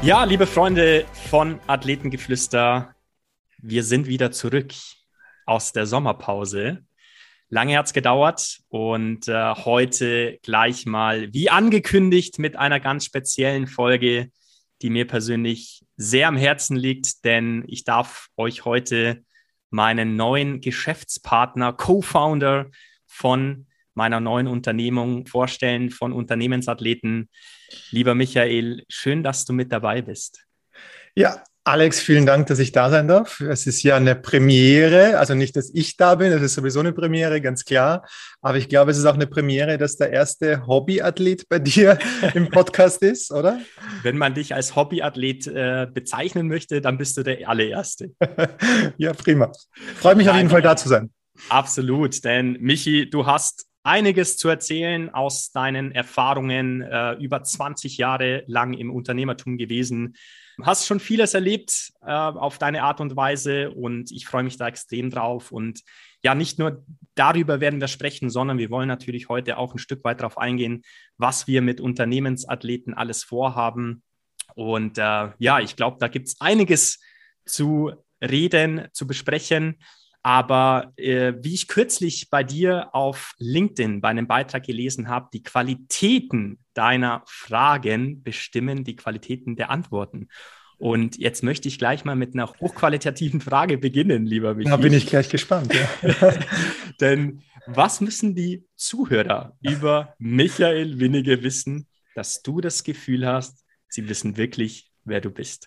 Ja, liebe Freunde von Athletengeflüster, wir sind wieder zurück aus der Sommerpause. Lange hat es gedauert und heute gleich mal, wie angekündigt, mit einer ganz speziellen Folge, die mir persönlich sehr am Herzen liegt, denn ich darf euch heute meinen neuen Geschäftspartner, Co-Founder von meiner neuen Unternehmung vorstellen, von Unternehmensathleten. Lieber Michael, schön, dass du mit dabei bist. Ja, Alex, vielen Dank, dass ich da sein darf. Es ist ja eine Premiere, also nicht, dass ich da bin, das ist sowieso eine Premiere, ganz klar. Aber ich glaube, es ist auch eine Premiere, dass der erste Hobbyathlet bei dir im Podcast ist, oder? Wenn man dich als Hobbyathlet bezeichnen möchte, dann bist du der allererste. Ja, prima. Freut mich auf jeden Fall, da zu sein. Absolut, denn Michi, du hast einiges zu erzählen aus deinen Erfahrungen, über 20 Jahre lang im Unternehmertum gewesen. Du hast schon vieles erlebt auf deine Art und Weise und ich freue mich da extrem drauf. Und ja, nicht nur darüber werden wir sprechen, sondern wir wollen natürlich heute auch ein Stück weit darauf eingehen, was wir mit Unternehmensathleten alles vorhaben. Und ja, ich glaube, da gibt es einiges zu reden, zu besprechen. Aber wie ich kürzlich bei dir auf LinkedIn bei einem Beitrag gelesen habe, die Qualitäten deiner Fragen bestimmen die Qualitäten der Antworten. Und jetzt möchte ich gleich mal mit einer hochqualitativen Frage beginnen, lieber Michi. Da bin ich gleich gespannt. Ja. Denn was müssen die Zuhörer über Michael Winnige wissen, dass du das Gefühl hast, sie wissen wirklich, wer du bist?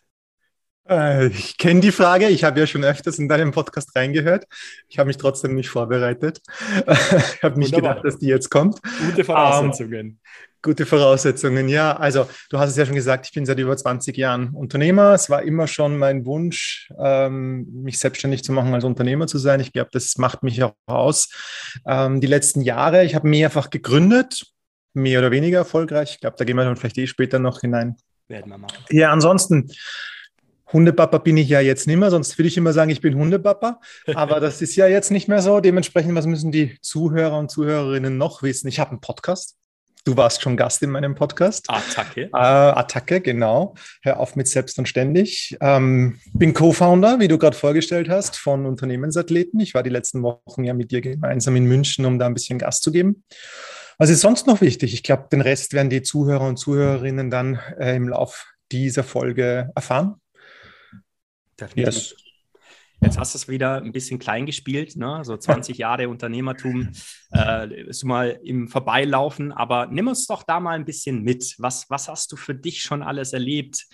Ich kenne die Frage, ich habe ja schon öfters in deinem Podcast reingehört. Ich habe mich trotzdem nicht vorbereitet. Ich habe nicht gedacht, dass die jetzt kommt. Gute Voraussetzungen. Gute Voraussetzungen, ja. Also du hast es ja schon gesagt, ich bin seit über 20 Jahren Unternehmer. Es war immer schon mein Wunsch, mich selbstständig zu machen, als Unternehmer zu sein. Ich glaube, das macht mich auch aus. Die letzten Jahre, ich habe mehrfach gegründet, mehr oder weniger erfolgreich. Ich glaube, da gehen wir dann vielleicht später noch hinein. Werden wir machen. Ja, ansonsten Hundepapa bin ich ja jetzt nicht mehr, sonst würde ich immer sagen, ich bin Hundepapa. Aber das ist ja jetzt nicht mehr so. Dementsprechend, was müssen die Zuhörer und Zuhörerinnen noch wissen? Ich habe einen Podcast. Du warst schon Gast in meinem Podcast. Attacke. Attacke, genau. Hör auf mit Selbst und Ständig. Bin Co-Founder, wie du gerade vorgestellt hast, von Unternehmensathleten. Ich war die letzten Wochen ja mit dir gemeinsam in München, um da ein bisschen Gas zu geben. Was ist sonst noch wichtig? Ich glaube, den Rest werden die Zuhörer und Zuhörerinnen dann im Lauf dieser Folge erfahren. Definitiv. Yes. Jetzt hast du es wieder ein bisschen klein gespielt, ne? So 20 Jahre Unternehmertum, ist mal im Vorbeilaufen, aber nimm uns doch da mal ein bisschen mit. Was hast du für dich schon alles erlebt?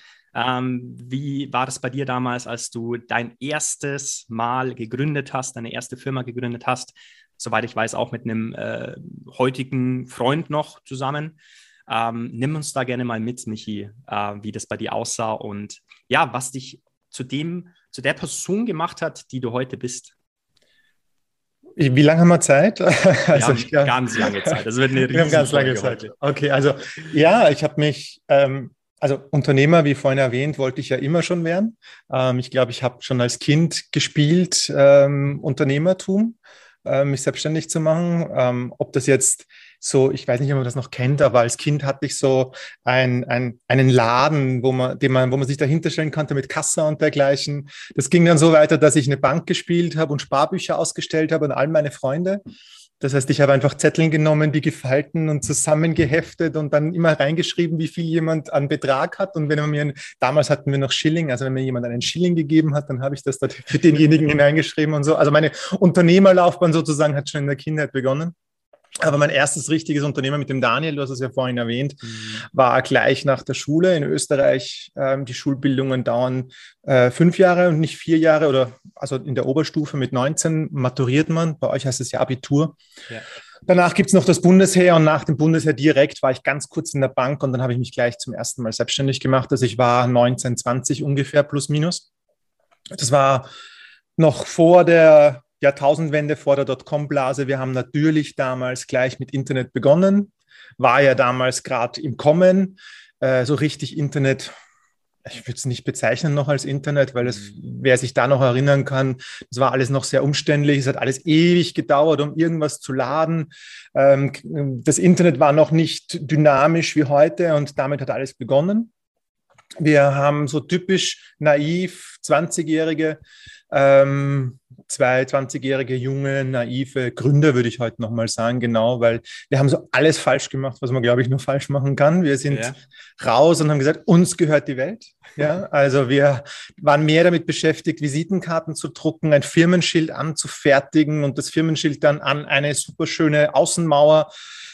Wie war das bei dir damals, als du dein erstes Mal gegründet hast, deine erste Firma gegründet hast? Soweit ich weiß, auch mit einem heutigen Freund noch zusammen. Nimm uns da gerne mal mit, Michi, wie das bei dir aussah und ja, was dich zu der Person gemacht hat, die du heute bist? Wie lange haben wir Zeit? Also wir haben ganz lange Zeit. Das wird eine riesen Wir haben ganz lange Zeit. Heute. Okay, also ja, ich habe mich, also Unternehmer, wie vorhin erwähnt, wollte ich ja immer schon werden. Ich glaube, ich habe schon als Kind gespielt, Unternehmertum, mich selbstständig zu machen. Ob das jetzt so, ich weiß nicht, ob man das noch kennt, aber als Kind hatte ich so einen Laden, wo man sich dahinter stellen konnte mit Kassa und dergleichen. Das ging dann so weiter, dass ich eine Bank gespielt habe und Sparbücher ausgestellt habe an all meine Freunde. Das heißt, ich habe einfach Zetteln genommen, die gefalten und zusammengeheftet und dann immer reingeschrieben, wie viel jemand an Betrag hat. Und wenn man damals hatten wir noch Schilling, also wenn mir jemand einen Schilling gegeben hat, dann habe ich das da für denjenigen hineingeschrieben und so. Also meine Unternehmerlaufbahn sozusagen hat schon in der Kindheit begonnen. Aber mein erstes richtiges Unternehmen mit dem Daniel, du hast es ja vorhin erwähnt, war gleich nach der Schule. In Österreich, die Schulbildungen dauern 5 Jahre und nicht 4 Jahre. Oder also in der Oberstufe mit 19 maturiert man. Bei euch heißt es ja Abitur. Ja. Danach gibt es noch das Bundesheer und nach dem Bundesheer direkt war ich ganz kurz in der Bank und dann habe ich mich gleich zum ersten Mal selbstständig gemacht. Also ich war 19, 20 ungefähr plus minus. Das war noch vor der Jahrtausendwende, vor der Dotcom-Blase. Wir haben natürlich damals gleich mit Internet begonnen. War ja damals gerade im Kommen. So richtig Internet, ich würde es nicht bezeichnen noch als Internet, weil wer sich da noch erinnern kann, das war alles noch sehr umständlich. Es hat alles ewig gedauert, um irgendwas zu laden. Das Internet war noch nicht dynamisch wie heute und damit hat alles begonnen. Wir haben so typisch naiv 20-Jährige, zwei 20-jährige junge, naive Gründer, würde ich heute nochmal sagen, genau, weil wir haben so alles falsch gemacht, was man, glaube ich, nur falsch machen kann. Wir sind raus und haben gesagt, uns gehört die Welt. Ja, also wir waren mehr damit beschäftigt, Visitenkarten zu drucken, ein Firmenschild anzufertigen und das Firmenschild dann an eine super schöne Außenmauer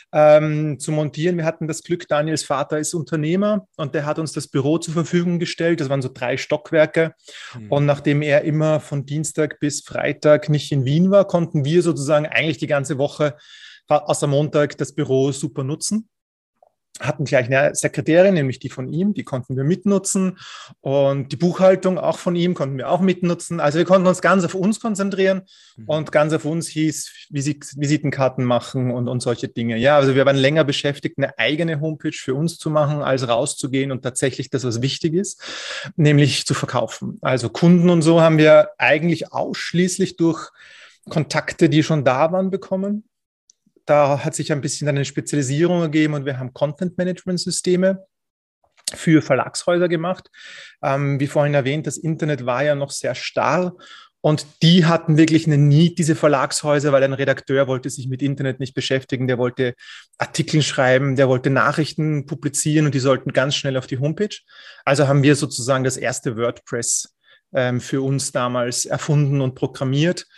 zu montieren. Wir hatten das Glück, Daniels Vater ist Unternehmer und der hat uns das Büro zur Verfügung gestellt. Das waren so 3 Stockwerke. Und nachdem er immer von Dienstag bis Freitag nicht in Wien war, konnten wir sozusagen eigentlich die ganze Woche außer Montag das Büro super nutzen. Hatten gleich eine Sekretärin, nämlich die von ihm, die konnten wir mitnutzen und die Buchhaltung auch von ihm konnten wir auch mitnutzen. Also wir konnten uns ganz auf uns konzentrieren und ganz auf uns hieß Visitenkarten machen und solche Dinge. Ja, also wir waren länger beschäftigt, eine eigene Homepage für uns zu machen, als rauszugehen und tatsächlich das, was wichtig ist, nämlich zu verkaufen. Also Kunden und so haben wir eigentlich ausschließlich durch Kontakte, die schon da waren, bekommen. Da hat sich ein bisschen eine Spezialisierung ergeben und wir haben Content-Management-Systeme für Verlagsshäuser gemacht. Wie vorhin erwähnt, das Internet war ja noch sehr starr und die hatten wirklich eine Need, diese Verlagshäuser, weil ein Redakteur wollte sich mit Internet nicht beschäftigen, der wollte Artikel schreiben, der wollte Nachrichten publizieren und die sollten ganz schnell auf die Homepage. Also haben wir sozusagen das erste WordPress für uns damals erfunden und programmiert.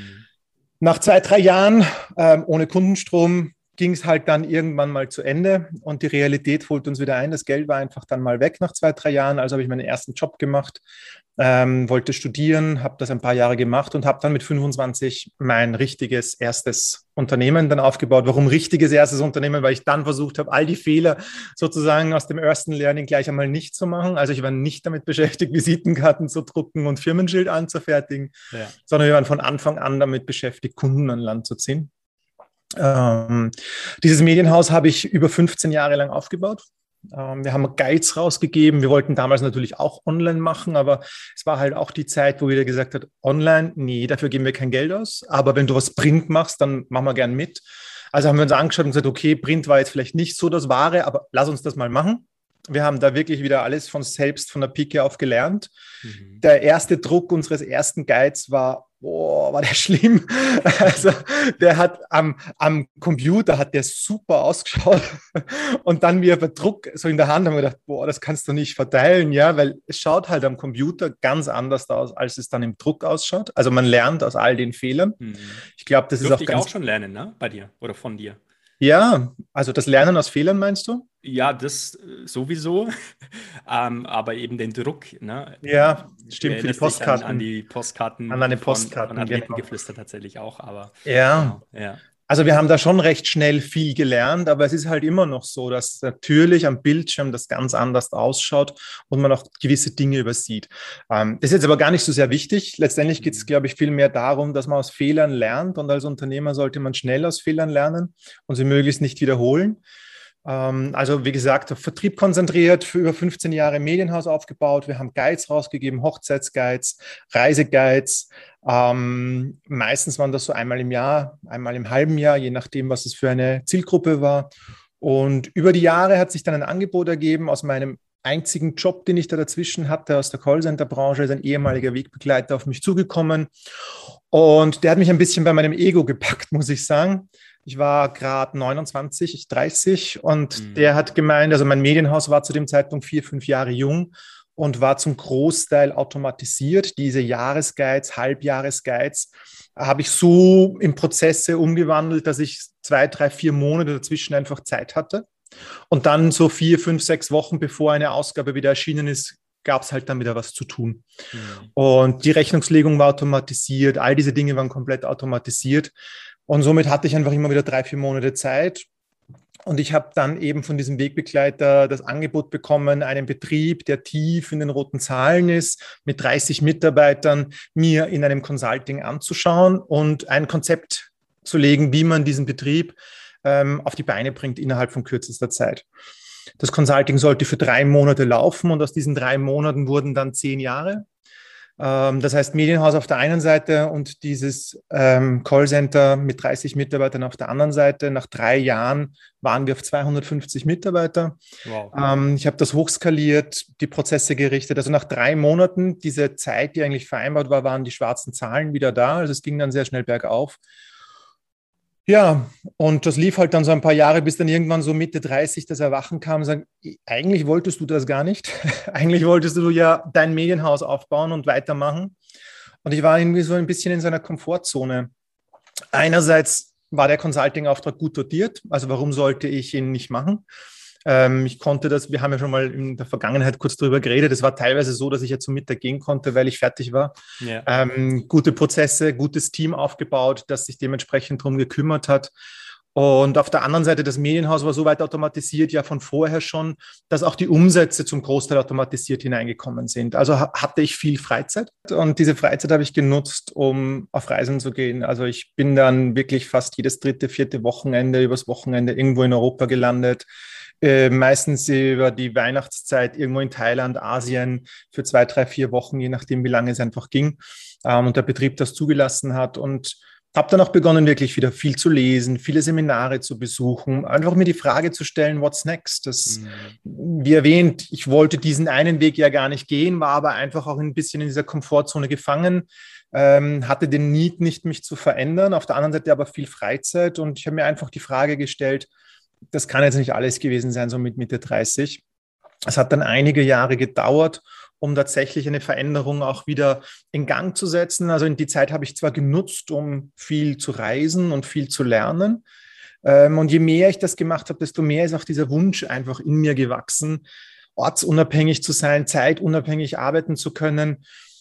Nach 2, 3 Jahren ohne Kundenstrom ging es halt dann irgendwann mal zu Ende und die Realität holt uns wieder ein. Das Geld war einfach dann mal weg nach 2, 3 Jahren. Also habe ich meinen ersten Job gemacht, wollte studieren, habe das ein paar Jahre gemacht und habe dann mit 25 mein richtiges erstes Unternehmen dann aufgebaut. Warum richtiges erstes Unternehmen? Weil ich dann versucht habe, all die Fehler sozusagen aus dem ersten Learning gleich einmal nicht zu machen. Also ich war nicht damit beschäftigt, Visitenkarten zu drucken und Firmenschild anzufertigen, sondern wir waren von Anfang an damit beschäftigt, Kunden an Land zu ziehen. Dieses Medienhaus habe ich über 15 Jahre lang aufgebaut. Wir haben Guides rausgegeben. Wir wollten damals natürlich auch online machen, aber es war halt auch die Zeit, wo jeder gesagt hat, online, nee, dafür geben wir kein Geld aus. Aber wenn du was Print machst, dann machen wir gern mit. Also haben wir uns angeschaut und gesagt, okay, Print war jetzt vielleicht nicht so das Wahre, aber lass uns das mal machen. Wir haben da wirklich wieder alles von selbst, von der Pike auf gelernt. Der erste Druck unseres ersten Guides war der schlimm. Also der hat am Computer hat der super ausgeschaut. Und dann wir bei Druck so in der Hand haben wir gedacht, das kannst du nicht verteilen, ja, weil es schaut halt am Computer ganz anders aus, als es dann im Druck ausschaut. Also man lernt aus all den Fehlern. Ich glaube, das ist auch ganz... auch schon lernen, ne? Bei dir oder von dir. Ja, also das Lernen aus Fehlern meinst du? Ja, das sowieso, aber eben den Druck. Ne? Ja, stimmt, für die Postkarten. An die Postkarten. An deine Postkarten, von Athletengeflüster tatsächlich auch, aber... Ja. Genau, ja. Also wir haben da schon recht schnell viel gelernt, aber es ist halt immer noch so, dass natürlich am Bildschirm das ganz anders ausschaut und man auch gewisse Dinge übersieht. Das ist jetzt aber gar nicht so sehr wichtig. Letztendlich geht es, glaube ich, viel mehr darum, dass man aus Fehlern lernt und als Unternehmer sollte man schnell aus Fehlern lernen und sie möglichst nicht wiederholen. Also wie gesagt, auf Vertrieb konzentriert, für über 15 Jahre Medienhaus aufgebaut. Wir haben Guides rausgegeben, Hochzeitsguides, Reiseguides. Meistens waren das so einmal im Jahr, einmal im halben Jahr, je nachdem, was es für eine Zielgruppe war. Und über die Jahre hat sich dann ein Angebot ergeben aus meinem einzigen Job, den ich da dazwischen hatte, aus der Callcenter-Branche, ist ein ehemaliger Wegbegleiter auf mich zugekommen. Und der hat mich ein bisschen bei meinem Ego gepackt, muss ich sagen. Ich war gerade 29, 30 und der hat gemeint, also mein Medienhaus war zu dem Zeitpunkt 4, 5 Jahre jung und war zum Großteil automatisiert. Diese Jahresguides, Halbjahresguides habe ich so in Prozesse umgewandelt, dass ich 2, 3, 4 Monate dazwischen einfach Zeit hatte. Und dann so 4, 5, 6 Wochen, bevor eine Ausgabe wieder erschienen ist, gab es halt dann wieder was zu tun. Und die Rechnungslegung war automatisiert, all diese Dinge waren komplett automatisiert. Und somit hatte ich einfach immer wieder 3, 4 Monate Zeit. Und ich habe dann eben von diesem Wegbegleiter das Angebot bekommen, einen Betrieb, der tief in den roten Zahlen ist, mit 30 Mitarbeitern, mir in einem Consulting anzuschauen und ein Konzept zu legen, wie man diesen Betrieb auf die Beine bringt innerhalb von kürzester Zeit. Das Consulting sollte für 3 Monate laufen und aus diesen 3 Monaten wurden dann 10 Jahre. Das heißt, Medienhaus auf der einen Seite und dieses Callcenter mit 30 Mitarbeitern auf der anderen Seite. Nach 3 Jahren waren wir auf 250 Mitarbeiter. Wow. Ich habe das hochskaliert, die Prozesse gerichtet. Also nach 3 Monaten, diese Zeit, die eigentlich vereinbart war, waren die schwarzen Zahlen wieder da. Also es ging dann sehr schnell bergauf. Ja, und das lief halt dann so ein paar Jahre, bis dann irgendwann so Mitte 30 das Erwachen kam und sagen, eigentlich wolltest du das gar nicht. Eigentlich wolltest du ja dein Medienhaus aufbauen und weitermachen. Und ich war irgendwie so ein bisschen in seiner Komfortzone. Einerseits war der Consulting-Auftrag gut dotiert, also warum sollte ich ihn nicht machen? Ich konnte das, wir haben ja schon mal in der Vergangenheit kurz darüber geredet, es war teilweise so, dass ich ja zum Mittag gehen konnte, weil ich fertig war. Ja. Gute Prozesse, gutes Team aufgebaut, das sich dementsprechend darum gekümmert hat. Und auf der anderen Seite, das Medienhaus war so weit automatisiert, ja von vorher schon, dass auch die Umsätze zum Großteil automatisiert hineingekommen sind. Also hatte ich viel Freizeit und diese Freizeit habe ich genutzt, um auf Reisen zu gehen. Also ich bin dann wirklich fast jedes 3., 4. Wochenende, übers Wochenende irgendwo in Europa gelandet. Meistens über die Weihnachtszeit irgendwo in Thailand, Asien für 2, 3, 4 Wochen, je nachdem, wie lange es einfach ging. Und der Betrieb das zugelassen hat. Und habe dann auch begonnen, wirklich wieder viel zu lesen, viele Seminare zu besuchen, einfach mir die Frage zu stellen, what's next? Wie erwähnt, ich wollte diesen einen Weg ja gar nicht gehen, war aber einfach auch ein bisschen in dieser Komfortzone gefangen, hatte den Need nicht, mich zu verändern, auf der anderen Seite aber viel Freizeit und ich habe mir einfach die Frage gestellt, das kann jetzt nicht alles gewesen sein, so mit Mitte 30. Es hat dann einige Jahre gedauert, um tatsächlich eine Veränderung auch wieder in Gang zu setzen. Also in die Zeit habe ich zwar genutzt, um viel zu reisen und viel zu lernen. Und je mehr ich das gemacht habe, desto mehr ist auch dieser Wunsch einfach in mir gewachsen, ortsunabhängig zu sein, zeitunabhängig arbeiten zu können.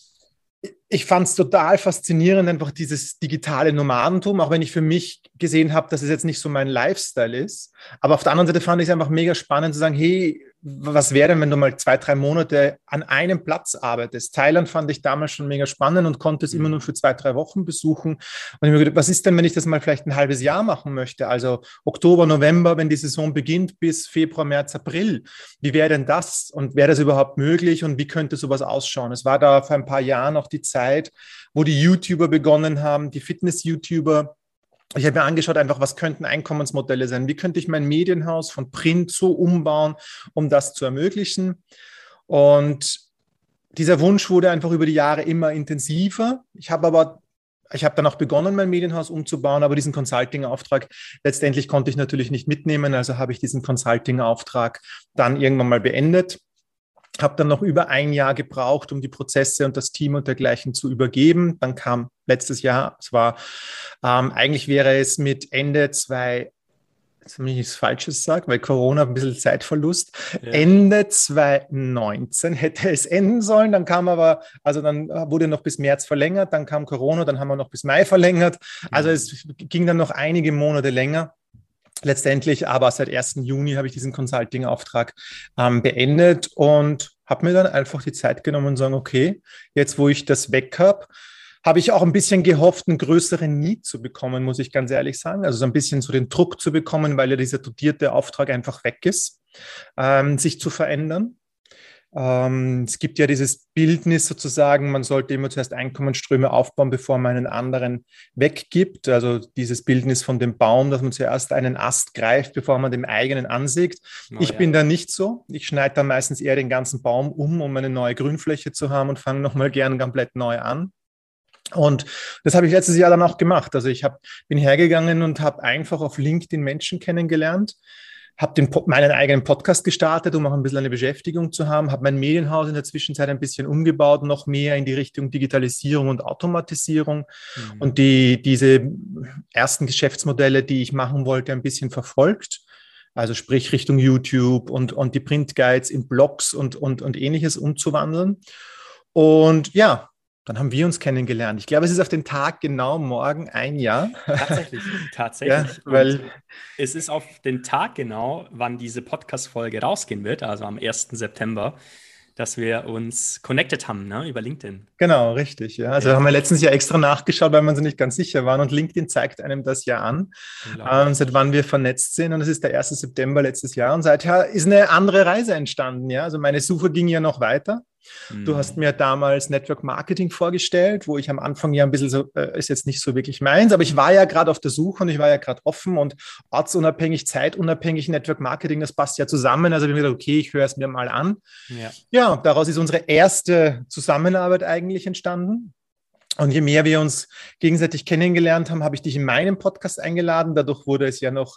Ich fand es total faszinierend, einfach dieses digitale Nomadentum, auch wenn ich für mich gesehen habe, dass es jetzt nicht so mein Lifestyle ist. Aber auf der anderen Seite fand ich es einfach mega spannend zu sagen, hey, was wäre denn, wenn du mal 2, 3 Monate an einem Platz arbeitest? Thailand fand ich damals schon mega spannend und konnte es immer nur für 2, 3 Wochen besuchen. Und ich habe mir gedacht, was ist denn, wenn ich das mal vielleicht ein halbes Jahr machen möchte? Also Oktober, November, wenn die Saison beginnt, bis Februar, März, April. Wie wäre denn das? Und wäre das überhaupt möglich? Und wie könnte sowas ausschauen? Es war da vor ein paar Jahren auch die Zeit, wo die YouTuber begonnen haben, die Fitness-YouTuber. Ich habe mir angeschaut, einfach, was könnten Einkommensmodelle sein? Wie könnte ich mein Medienhaus von Print so umbauen, um das zu ermöglichen? Und dieser Wunsch wurde einfach über die Jahre immer intensiver. Ich habe dann auch begonnen, mein Medienhaus umzubauen, aber diesen Consulting-Auftrag letztendlich konnte ich natürlich nicht mitnehmen. Also habe ich diesen Consulting-Auftrag dann irgendwann mal beendet. Habe dann noch über 1 Jahr gebraucht, um die Prozesse und das Team und dergleichen zu übergeben. Dann kam letztes Jahr, eigentlich wäre es mit Ende jetzt will ich nichts Falsches sagen, weil Corona ein bisschen Zeitverlust. Ja. Ende 2019 hätte es enden sollen, dann wurde noch bis März verlängert, dann kam Corona, dann haben wir noch bis Mai verlängert. Also es ging dann noch einige Monate länger. Letztendlich aber seit 1. Juni habe ich diesen Consulting-Auftrag beendet und habe mir dann einfach die Zeit genommen und sagen, okay, jetzt wo ich das weg habe ich auch ein bisschen gehofft, einen größeren Need zu bekommen, muss ich ganz ehrlich sagen. Also so ein bisschen so den Druck zu bekommen, weil ja dieser dotierte Auftrag einfach weg ist, sich zu verändern. Es gibt ja dieses Bildnis sozusagen, man sollte immer zuerst Einkommensströme aufbauen, bevor man einen anderen weggibt. Also dieses Bildnis von dem Baum, dass man zuerst einen Ast greift, bevor man den eigenen ansägt. Ich bin da nicht so. Ich schneide dann meistens eher den ganzen Baum um eine neue Grünfläche zu haben und fange nochmal gern komplett neu an. Und das habe ich letztes Jahr dann auch gemacht. Also bin hergegangen und habe einfach auf LinkedIn Menschen kennengelernt, habe meinen eigenen Podcast gestartet, um auch ein bisschen eine Beschäftigung zu haben, habe mein Medienhaus in der Zwischenzeit ein bisschen umgebaut, noch mehr in die Richtung Digitalisierung und Automatisierung und diese ersten Geschäftsmodelle, die ich machen wollte, ein bisschen verfolgt. Also sprich Richtung YouTube und die Printguides in Blogs und Ähnliches umzuwandeln. Und ja, dann haben wir uns kennengelernt. Ich glaube, es ist auf den Tag genau morgen 1 Jahr. Tatsächlich. Ja, weil es ist auf den Tag genau, wann diese Podcast-Folge rausgehen wird, also am 1. September, dass wir uns connected haben, ne, über LinkedIn. Genau, richtig. Ja. Also haben wir letztens ja extra nachgeschaut, weil wir uns nicht ganz sicher waren und LinkedIn zeigt einem das ja an, seit wann wir vernetzt sind und es ist der 1. September letztes Jahr und seither ist eine andere Reise entstanden. Ja. Also meine Suche ging ja noch weiter. Du hast mir damals Network Marketing vorgestellt, wo ich am Anfang ja ein bisschen so, ist jetzt nicht so wirklich meins, aber ich war ja gerade auf der Suche und ich war ja gerade offen und ortsunabhängig, zeitunabhängig, Network Marketing, das passt ja zusammen. Also ich habe mir gedacht, okay, ich höre es mir mal an. Ja, daraus ist unsere erste Zusammenarbeit eigentlich entstanden. Und je mehr wir uns gegenseitig kennengelernt haben, habe ich dich in meinen Podcast eingeladen. Dadurch wurde es ja noch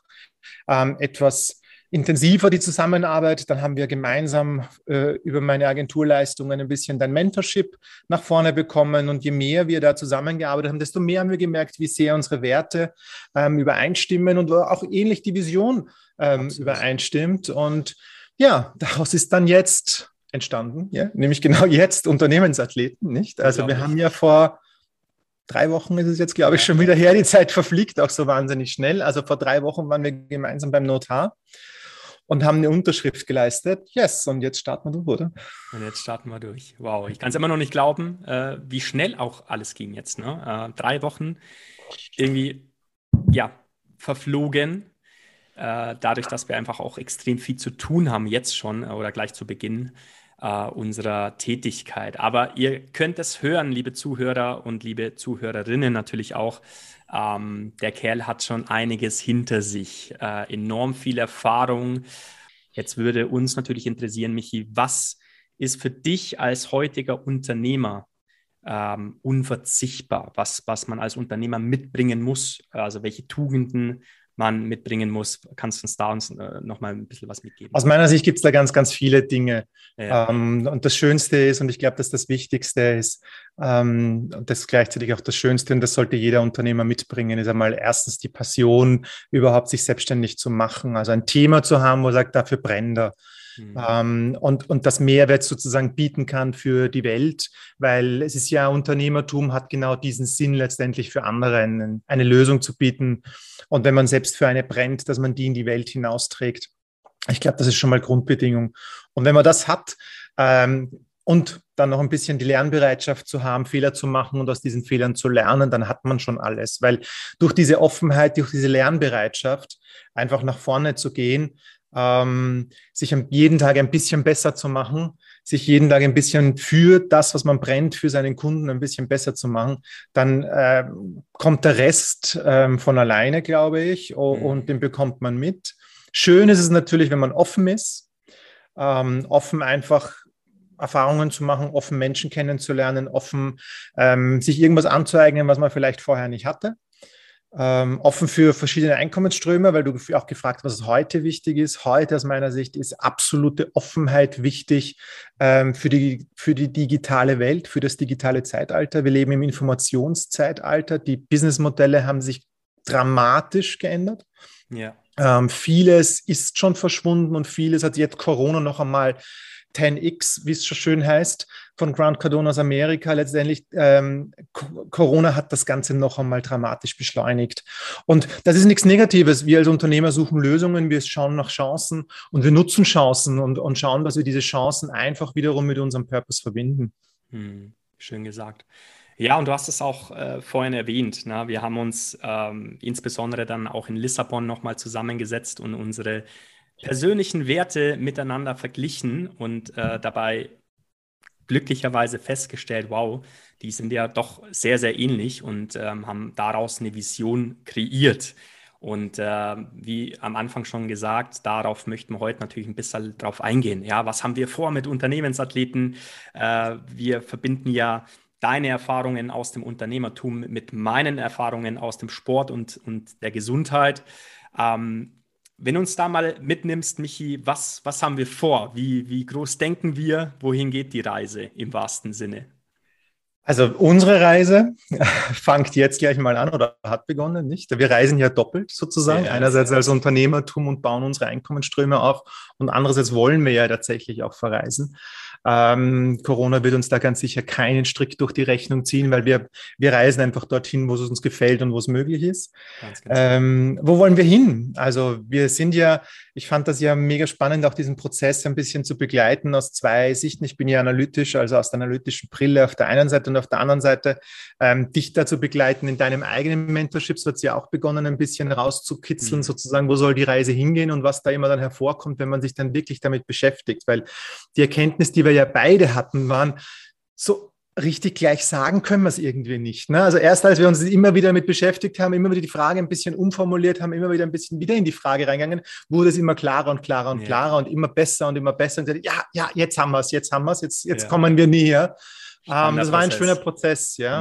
etwas intensiver, die Zusammenarbeit. Dann haben wir gemeinsam über meine Agenturleistungen ein bisschen dein Mentorship nach vorne bekommen. Und je mehr wir da zusammengearbeitet haben, desto mehr haben wir gemerkt, wie sehr unsere Werte übereinstimmen und auch ähnlich die Vision übereinstimmt. Und ja, daraus ist dann jetzt entstanden, ja, nämlich genau jetzt Unternehmensathleten, nicht? Also wir haben ja vor 3 Wochen ist es jetzt, glaube ich, schon wieder her. Die Zeit verfliegt auch so wahnsinnig schnell. Also vor 3 Wochen waren wir gemeinsam beim Notar und haben eine Unterschrift geleistet. Yes, und jetzt starten wir durch, oder? Und jetzt starten wir durch. Wow, ich kann es immer noch nicht glauben, wie schnell auch alles ging jetzt. Ne? 3 Wochen irgendwie, ja, verflogen. Dadurch, dass wir einfach auch extrem viel zu tun haben jetzt schon oder gleich zu Beginn unserer Tätigkeit. Aber ihr könnt es hören, liebe Zuhörer und liebe Zuhörerinnen natürlich auch. Der Kerl hat schon einiges hinter sich, enorm viel Erfahrung. Jetzt würde uns natürlich interessieren, Michi, was ist für dich als heutiger Unternehmer unverzichtbar, was man als Unternehmer mitbringen muss, also welche Tugenden man mitbringen muss? Kannst du uns noch mal ein bisschen was mitgeben? Aus meiner Sicht gibt es da ganz, ganz viele Dinge. Ja. Und das Schönste ist, und ich glaube, dass das Wichtigste ist, und das ist gleichzeitig auch das Schönste, und das sollte jeder Unternehmer mitbringen, ist einmal erstens die Passion, überhaupt sich selbstständig zu machen, also ein Thema zu haben, wo er sagt, dafür brennt er. Und das Mehrwert sozusagen bieten kann für die Welt, weil es ist ja, Unternehmertum hat genau diesen Sinn letztendlich für andere, eine Lösung zu bieten. Und wenn man selbst für eine brennt, dass man die in die Welt hinausträgt. Ich glaube, das ist schon mal Grundbedingung. Und wenn man das hat und dann noch ein bisschen die Lernbereitschaft zu haben, Fehler zu machen und aus diesen Fehlern zu lernen, dann hat man schon alles. Weil durch diese Offenheit, durch diese Lernbereitschaft einfach nach vorne zu gehen, sich jeden Tag ein bisschen besser zu machen, sich jeden Tag ein bisschen für das, was man brennt, für seinen Kunden ein bisschen besser zu machen, dann kommt der Rest von alleine, glaube ich, und den bekommt man mit. Schön ist es natürlich, wenn man offen ist, offen einfach Erfahrungen zu machen, offen Menschen kennenzulernen, offen sich irgendwas anzueignen, was man vielleicht vorher nicht hatte. Offen für verschiedene Einkommensströme, weil du auch gefragt hast, was heute wichtig ist. Heute aus meiner Sicht ist absolute Offenheit wichtig für die digitale Welt, für das digitale Zeitalter. Wir leben im Informationszeitalter. Die Businessmodelle haben sich dramatisch geändert. Ja. Vieles ist schon verschwunden und vieles hat jetzt Corona noch einmal 10x, wie es so schön heißt, von Grant Cardone aus Amerika. Letztendlich, Corona hat das Ganze noch einmal dramatisch beschleunigt. Und das ist nichts Negatives. Wir als Unternehmer suchen Lösungen, wir schauen nach Chancen und wir nutzen Chancen und schauen, dass wir diese Chancen einfach wiederum mit unserem Purpose verbinden. Schön gesagt. Ja, und du hast es auch vorhin erwähnt. Ne? Wir haben uns insbesondere dann auch in Lissabon nochmal zusammengesetzt und unsere persönlichen Werte miteinander verglichen und dabei glücklicherweise festgestellt, wow, die sind ja doch sehr, sehr ähnlich und haben daraus eine Vision kreiert. Und wie am Anfang schon gesagt, darauf möchten wir heute natürlich ein bisschen drauf eingehen. Ja, was haben wir vor mit Unternehmensathleten? Wir verbinden ja deine Erfahrungen aus dem Unternehmertum mit meinen Erfahrungen aus dem Sport und der Gesundheit. Wenn du uns da mal mitnimmst, Michi, was haben wir vor? Wie groß denken wir? Wohin geht die Reise im wahrsten Sinne? Also unsere Reise fängt jetzt gleich mal an oder hat begonnen, nicht? Wir reisen ja doppelt sozusagen. Ja, einerseits als Unternehmertum und bauen unsere Einkommensströme auf und andererseits wollen wir ja tatsächlich auch verreisen. Corona wird uns da ganz sicher keinen Strick durch die Rechnung ziehen, weil wir reisen einfach dorthin, wo es uns gefällt und wo es möglich ist. Ganz, ganz genau. Wo wollen wir hin? Also wir sind ja, ich fand das ja mega spannend, auch diesen Prozess ein bisschen zu begleiten aus zwei Sichten. Ich bin ja analytisch, also aus der analytischen Brille auf der einen Seite und auf der anderen Seite dich dazu begleiten in deinem eigenen Mentorship. So hat es ja auch begonnen, ein bisschen rauszukitzeln, sozusagen, wo soll die Reise hingehen und was da immer dann hervorkommt, wenn man sich dann wirklich damit beschäftigt. Weil die Erkenntnis, die wir ja beide hatten, waren so richtig gleich sagen können wir es irgendwie nicht. Ne? Also erst als wir uns immer wieder damit beschäftigt haben, immer wieder die Frage ein bisschen umformuliert haben, immer wieder ein bisschen wieder in die Frage reingegangen, wurde es immer klarer und klarer und klarer und immer besser und immer besser. Und ja, jetzt haben wir es, jetzt kommen wir näher. Das war ein schöner Prozess, ja.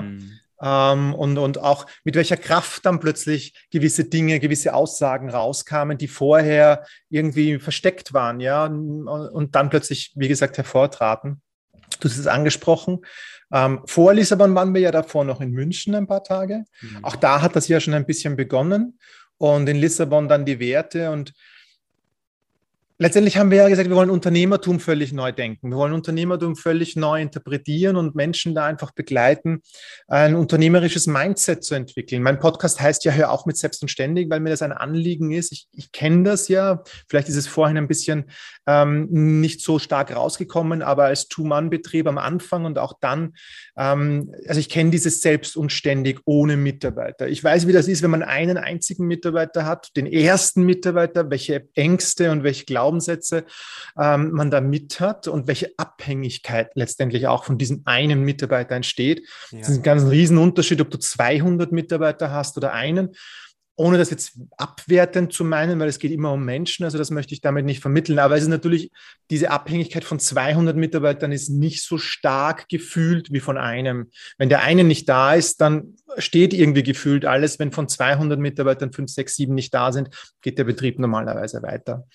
Und auch mit welcher Kraft dann plötzlich gewisse Dinge, gewisse Aussagen rauskamen, die vorher irgendwie versteckt waren, ja, und dann plötzlich, wie gesagt, hervortraten. Du hast es angesprochen. Vor Lissabon waren wir ja davor noch in München ein paar Tage. Auch da hat das ja schon ein bisschen begonnen. Und in Lissabon dann die Werte. Und letztendlich haben wir ja gesagt, wir wollen Unternehmertum völlig neu denken. Wir wollen Unternehmertum völlig neu interpretieren und Menschen da einfach begleiten, ein unternehmerisches Mindset zu entwickeln. Mein Podcast heißt ja Hör auf mit Selbst und Ständig, weil mir das ein Anliegen ist. Ich kenne das ja. Vielleicht ist es vorhin ein bisschen nicht so stark rausgekommen, aber als Two-Mann-Betrieb am Anfang und auch dann, also ich kenne dieses Selbst und Ständig ohne Mitarbeiter. Ich weiß, wie das ist, wenn man einen einzigen Mitarbeiter hat, den ersten Mitarbeiter, welche Ängste und welche Glaubenssätze man da mit hat und welche Abhängigkeit letztendlich auch von diesem einen Mitarbeiter entsteht. Ja. Das ist ein ganz riesen Unterschied, ob du 200 Mitarbeiter hast oder einen. Ohne das jetzt abwertend zu meinen, weil es geht immer um Menschen, also das möchte ich damit nicht vermitteln, aber es ist natürlich, diese Abhängigkeit von 200 Mitarbeitern ist nicht so stark gefühlt wie von einem. Wenn der eine nicht da ist, dann steht irgendwie gefühlt alles. Wenn von 200 Mitarbeitern 5, 6, 7 nicht da sind, geht der Betrieb normalerweise weiter.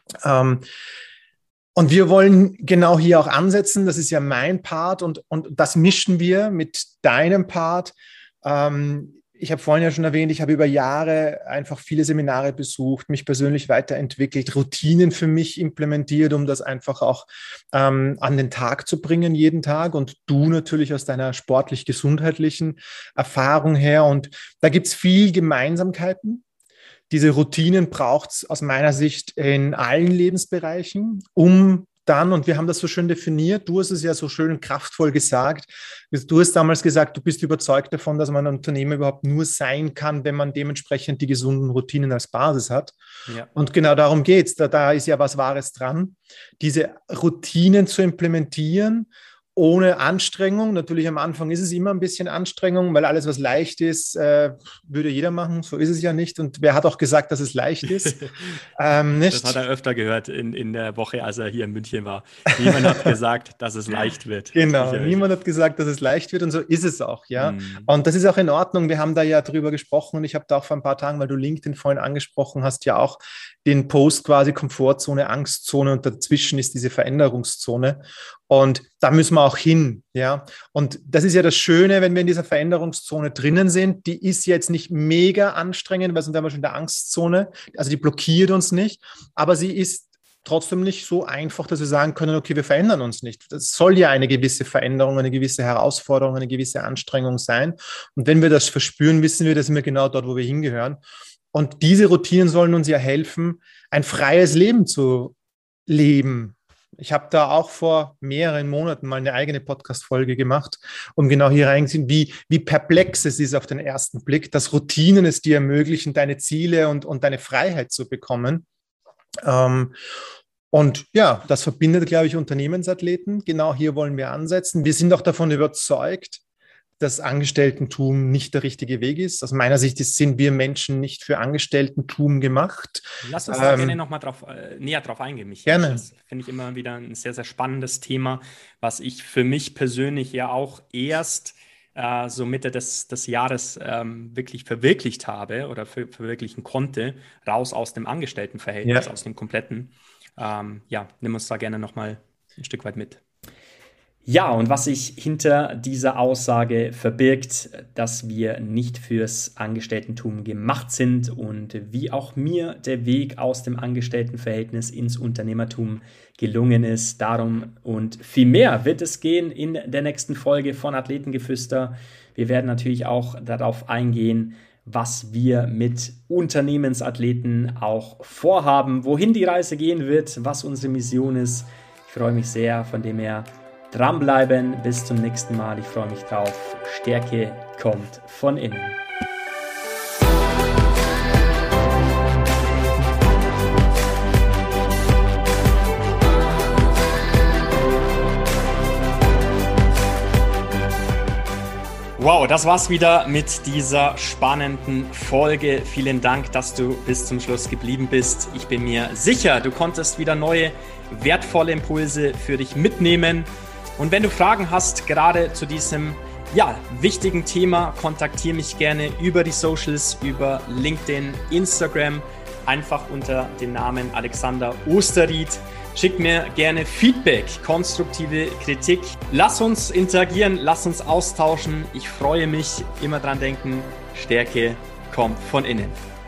Und wir wollen genau hier auch ansetzen, das ist ja mein Part und das mischen wir mit deinem Part. Ich habe vorhin ja schon erwähnt, ich habe über Jahre einfach viele Seminare besucht, mich persönlich weiterentwickelt, Routinen für mich implementiert, um das einfach auch an den Tag zu bringen jeden Tag. Und du natürlich aus deiner sportlich-gesundheitlichen Erfahrung her. Und da gibt es viel Gemeinsamkeiten. Diese Routinen braucht es aus meiner Sicht in allen Lebensbereichen, um dann, und wir haben das so schön definiert, du hast es ja so schön kraftvoll gesagt, du hast damals gesagt, du bist überzeugt davon, dass man ein Unternehmer überhaupt nur sein kann, wenn man dementsprechend die gesunden Routinen als Basis hat. Ja. Und genau darum geht es, da ist ja was Wahres dran, diese Routinen zu implementieren, ohne Anstrengung. Natürlich am Anfang ist es immer ein bisschen Anstrengung, weil alles, was leicht ist, würde jeder machen. So ist es ja nicht. Und wer hat auch gesagt, dass es leicht ist? Nicht. Das hat er öfter gehört in der Woche, als er hier in München war. Niemand hat gesagt, dass es leicht wird. Genau, niemand hat gesagt, dass es leicht wird und so ist es auch, ja. Und das ist auch in Ordnung. Wir haben da ja drüber gesprochen und ich habe da auch vor ein paar Tagen, weil du LinkedIn vorhin angesprochen hast, ja auch den Post quasi Komfortzone, Angstzone und dazwischen ist diese Veränderungszone. Und da müssen wir auch hin, ja. Und das ist ja das Schöne, wenn wir in dieser Veränderungszone drinnen sind. Die ist jetzt nicht mega anstrengend, weil sind wir schon in der Angstzone. Also die blockiert uns nicht, aber sie ist trotzdem nicht so einfach, dass wir sagen können, okay, wir verändern uns nicht. Das soll ja eine gewisse Veränderung, eine gewisse Herausforderung, eine gewisse Anstrengung sein. Und wenn wir das verspüren, wissen wir, da sind wir genau dort, wo wir hingehören. Und diese Routinen sollen uns ja helfen, ein freies Leben zu leben. Ich habe da auch vor mehreren Monaten mal eine eigene Podcast-Folge gemacht, um genau hier reinzusehen, wie perplex es ist auf den ersten Blick, dass Routinen es dir ermöglichen, deine Ziele und deine Freiheit zu bekommen. Und ja, das verbindet, glaube ich, Unternehmensathleten. Genau hier wollen wir ansetzen. Wir sind auch davon überzeugt, dass Angestellten-Tum nicht der richtige Weg ist. Aus meiner Sicht sind wir Menschen nicht für Angestellten-Tum gemacht. Lass uns da gerne nochmal näher drauf eingehen, Michael. Gerne. Das finde ich immer wieder ein sehr, sehr spannendes Thema, was ich für mich persönlich ja auch erst so Mitte des Jahres wirklich verwirklicht habe oder verwirklichen konnte, raus aus dem Angestelltenverhältnis, aus dem kompletten. Nimm uns da gerne nochmal ein Stück weit mit. Ja, und was sich hinter dieser Aussage verbirgt, dass wir nicht fürs Angestelltentum gemacht sind und wie auch mir der Weg aus dem Angestelltenverhältnis ins Unternehmertum gelungen ist. Darum und viel mehr wird es gehen in der nächsten Folge von Athletengeflüster. Wir werden natürlich auch darauf eingehen, was wir mit Unternehmensathleten auch vorhaben, wohin die Reise gehen wird, was unsere Mission ist. Ich freue mich sehr, von dem her dranbleiben. Bis zum nächsten Mal. Ich freue mich drauf. Stärke kommt von innen. Wow, das war's wieder mit dieser spannenden Folge. Vielen Dank, dass du bis zum Schluss geblieben bist. Ich bin mir sicher, du konntest wieder neue, wertvolle Impulse für dich mitnehmen. Und wenn du Fragen hast, gerade zu diesem wichtigen Thema, kontaktiere mich gerne über die Socials, über LinkedIn, Instagram, einfach unter dem Namen Alexander Osterried. Schick mir gerne Feedback, konstruktive Kritik. Lass uns interagieren, lass uns austauschen. Ich freue mich, immer dran denken, Stärke kommt von innen.